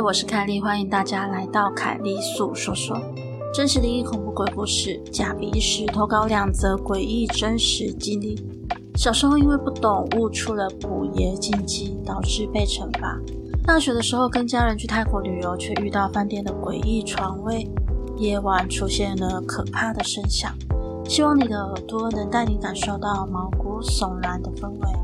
我是凯莉，欢迎大家来到凯莉诉说说。真实灵异恐怖鬼故事，假比一时，投稿2则诡异真实经历。小时候因为不懂，误触了虎爷禁忌，导致被惩罚。大学的时候跟家人去泰国旅游，却遇到饭店的诡异床位，夜晚出现了可怕的声响。希望你的耳朵能带你感受到毛骨悚然的氛围。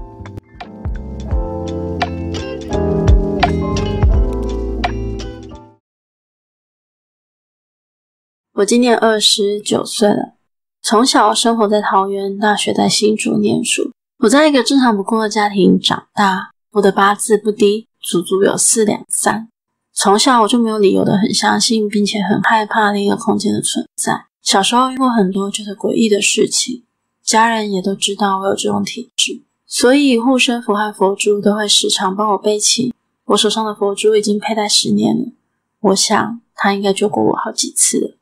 我今年29岁了，从小生活在桃园，大学在新竹念书。我在一个正常不过的家庭长大，我的八字不低，足足有4两3。从小我就没有理由的很相信，并且很害怕另一个空间的存在。小时候遇过很多觉得诡异的事情，家人也都知道我有这种体质，所以护身符和佛珠都会时常帮我备齐。我手上的佛珠已经佩戴10年了，我想它应该救过我好几次了。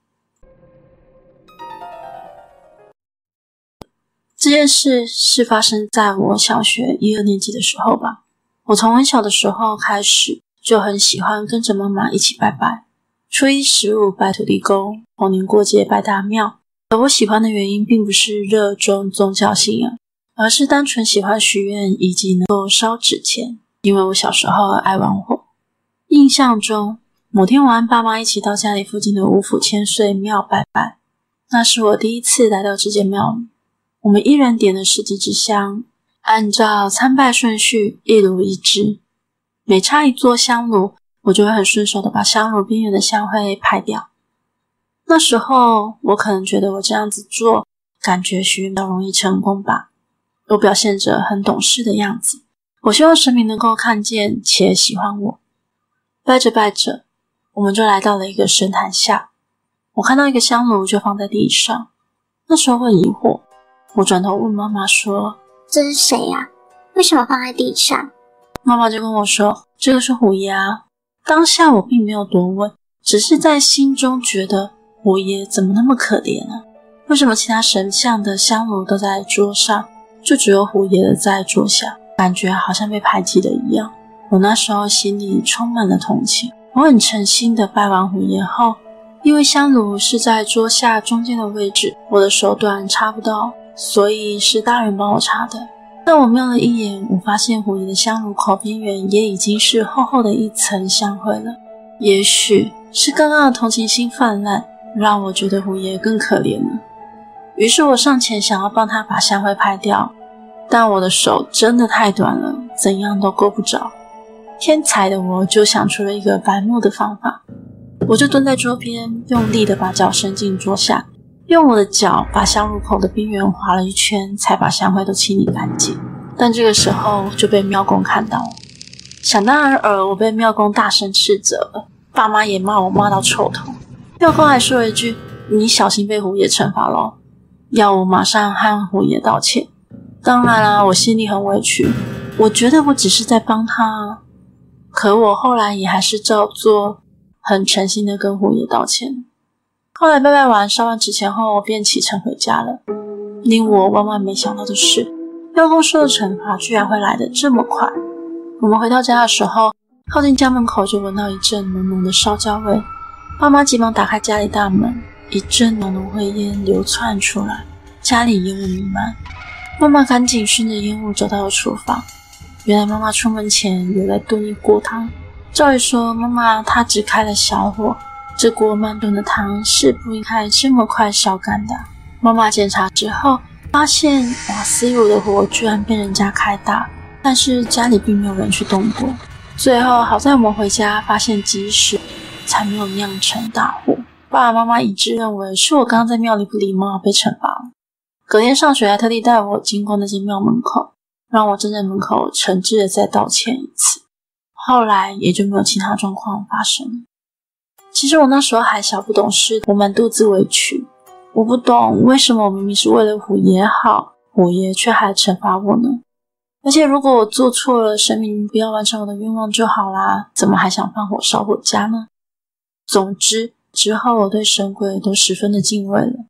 这件事是发生在我小学1、2年级的时候吧。我从很小的时候开始就很喜欢跟着妈妈一起拜拜，初一十五拜土地公，逢年过节拜大庙。而我喜欢的原因并不是热衷宗教信仰，而是单纯喜欢许愿以及能够烧纸钱，因为我小时候爱玩火。印象中某天我和爸妈一起到家里附近的五府千岁庙拜拜，那是我第一次来到这间庙宇。我们一人点了10几支香，按照参拜顺序一炉一支，每插一座香炉，我就会很顺手的把香炉边缘的香灰拍掉。那时候我可能觉得我这样子做，感觉许愿比较容易成功吧。我表现着很懂事的样子，我希望神明能够看见且喜欢我。拜着拜着，我们就来到了一个神坛下，我看到一个香炉就放在地上，那时候我很疑惑。我转头问妈妈说， 这是谁呀？为什么放在地上？ 妈妈就跟我说，这个是虎爷啊。当下我并没有多问，只是在心中觉得虎爷怎么那么可怜啊？为什么其他神像的香炉都在桌上，就只有虎爷的在桌下，感觉好像被排挤的一样。我那时候心里充满了同情，我很诚心的拜完虎爷后，因为香炉是在桌下中间的位置，我的手短插不到，所以是大人帮我插的。但我瞄了一眼，我发现虎爷的香炉口边缘也已经是厚厚的一层香灰了。也许是刚刚的同情心泛滥，让我觉得虎爷更可怜了。于是我上前想要帮他把香灰拍掉，但我的手真的太短了，怎样都够不着。天才的我就想出了一个白目的方法，我就蹲在桌边，用力的把脚伸进桌下，用我的脚把香炉口的边缘划了一圈，才把香灰都清理干净。但这个时候就被庙公看到了，想当然尔，我被庙公大声斥责了，爸妈也骂我骂到臭头。庙公还说了一句，你小心被虎爷惩罚咯，要我马上和虎爷道歉。当然啦，我心里很委屈，我觉得我只是在帮他，可我后来也还是照做，很诚心的跟虎爷道歉。后来拜拜完烧完纸钱后，我便启程回家了。令我万万没想到的是，庙公说的惩罚居然会来得这么快。我们回到家的时候，靠近家门口就闻到一阵浓浓的烧焦味。爸妈急忙打开家里大门，一阵浓浓灰烟流窜出来，家里烟雾弥漫。妈妈赶紧顺着烟雾走到了厨房，原来妈妈出门前有在炖一锅汤。照理说妈妈她只开了小火，这锅慢炖的汤是不应该这么快烧干的。妈妈检查之后，发现瓦斯炉的火居然被人家开大，但是家里并没有人去动过。最后好在我们回家发现及时，才没有酿成大祸。爸爸妈妈一致认为是我刚刚在庙里不礼貌被惩罚了。隔天上学还特地带我经过那间庙门口，让我站在门口诚挚的再道歉一次。后来也就没有其他状况发生了。其实我那时候还小不懂事，我满肚子委屈，我不懂为什么我明明是为了虎爷好，虎爷却还惩罚我呢？而且如果我做错了，神明不要完成我的愿望就好啦，怎么还想放火烧我家呢？总之，之后我对神鬼都十分的敬畏了。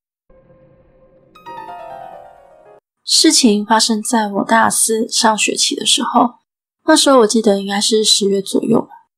事情发生在我大4上学期的时候，那时候我记得应该是10月左右吧。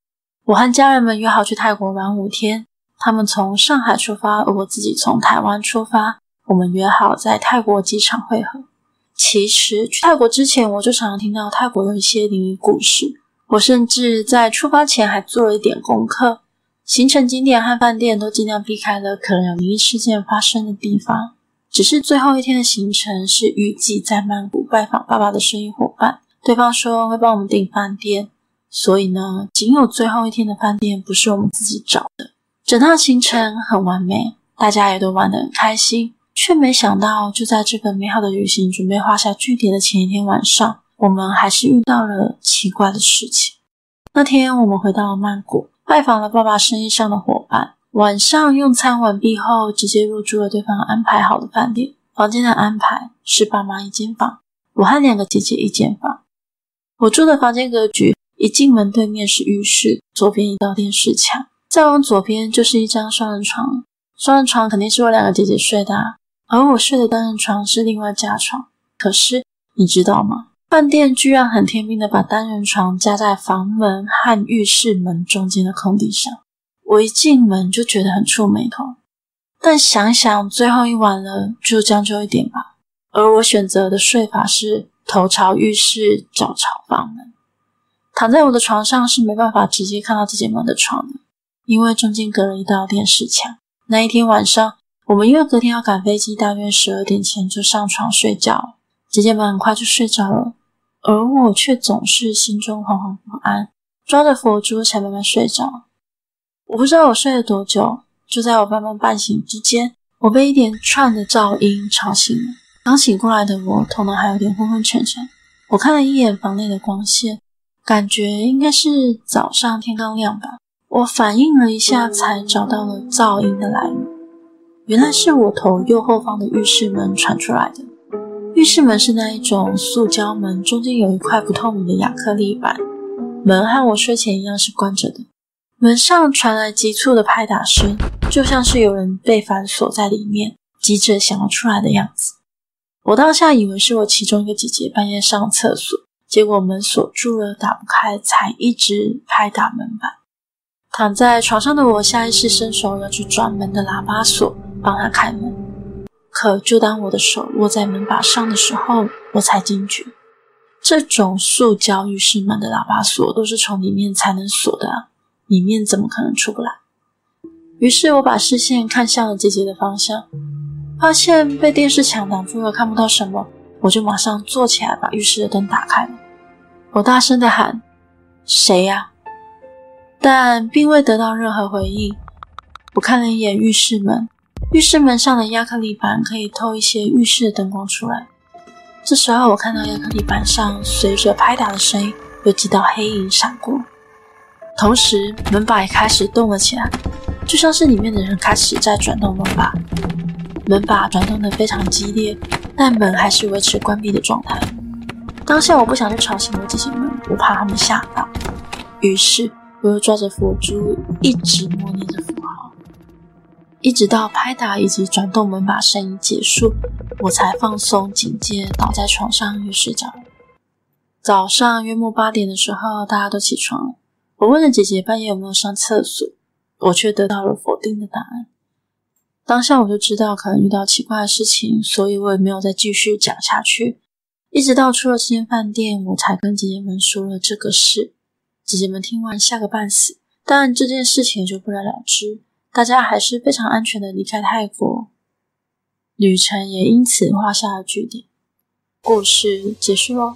我和家人们约好去泰国玩5天，他们从上海出发，而我自己从台湾出发，我们约好在泰国机场会合。其实去泰国之前，我就常常听到泰国有一些灵异故事，我甚至在出发前还做了一点功课，行程景点和饭店都尽量避开了可能有灵异事件发生的地方。只是最后一天的行程是预计在曼谷拜访爸爸的生意伙伴，对方说会帮我们订饭店，所以呢，仅有最后一天的饭店不是我们自己找的。整趟行程很完美，大家也都玩得很开心，却没想到就在这个美好的旅行准备画下句点的前一天晚上，我们还是遇到了奇怪的事情。那天我们回到了曼谷，拜访了爸爸生意上的伙伴，晚上用餐完毕后，直接入住了对方安排好的饭店。房间的安排是爸妈一间房，我和2个姐姐一间房。我住的房间格局，一进门对面是浴室，左边一道电视墙，再往左边就是一张双人床。双人床肯定是我2个姐姐睡的而我睡的单人床是另外加床。可是你知道吗？饭店居然很天兵的把单人床加在房门和浴室门中间的空地上。我一进门就觉得很触霉头，但想想最后一晚了，就将就一点吧。而我选择的睡法是头朝浴室，脚朝房门。躺在我的床上是没办法直接看到姐姐们的床的，因为中间隔了一道电视墙。那一天晚上，我们因为隔天要赶飞机，大约12点前就上床睡觉，姐姐们很快就睡着了，而我却总是心中惶惶不安，抓着佛珠才慢慢睡着。我不知道我睡了多久，就在我慢慢半醒之间，我被一连串的噪音吵醒了。刚醒过来的我，头脑还有点昏昏沉沉。我看了一眼房内的光线，感觉应该是早上天刚亮吧。我反应了一下，才找到了噪音的来源。原来是我头右后方的浴室门传出来的。浴室门是那一种塑胶门，中间有一块不透明的亚克力板，门和我睡前一样是关着的。门上传来急促的拍打声，就像是有人被反锁在里面，急着想要出来的样子。我当下以为是我其中一个姐姐半夜上厕所，结果门锁住了，打不开，才一直拍打门板。躺在床上的我下意识伸手要去转门的喇叭锁，帮他开门。可就当我的手握在门把上的时候，我才惊觉，这种塑胶浴室门的喇叭锁都是从里面才能锁的里面怎么可能出不来？于是我把视线看向了姐姐的方向，发现被电视墙挡住了，看不到什么，我就马上坐起来把浴室的灯打开了。我大声地喊：谁呀？但并未得到任何回应。我看了一眼浴室门，浴室门上的亚克力板可以透一些浴室的灯光出来。这时候我看到亚克力板上随着拍打的声音，有几道黑影闪过，同时门把也开始动了起来，就像是里面的人开始在转动门把。门把转动得非常激烈，但门还是维持关闭的状态。当下我不想去吵醒我姐姐们，我怕他们吓到，于是我又抓着佛珠一直默念着符号，一直到拍打以及转动门把声音结束，我才放松警戒，倒在床上又睡着了。早上约莫8点的时候，大家都起床了。我问了姐姐半夜有没有上厕所，我却得到了否定的答案。当下我就知道可能遇到奇怪的事情，所以我也没有再继续讲下去。一直到出了这间饭店，我才跟姐姐们说了这个事。姐姐们听完吓个半死，但这件事情就不了了之，大家还是非常安全的离开泰国，旅程也因此画下了句点。故事结束咯。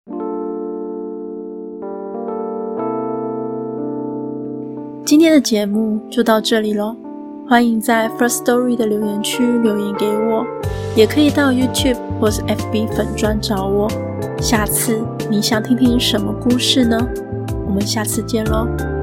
今天的节目就到这里咯，欢迎在 First Story 的留言区留言给我，也可以到 YouTube 或是 FB 粉专找我。下次你想听听什么故事呢？我们下次见咯。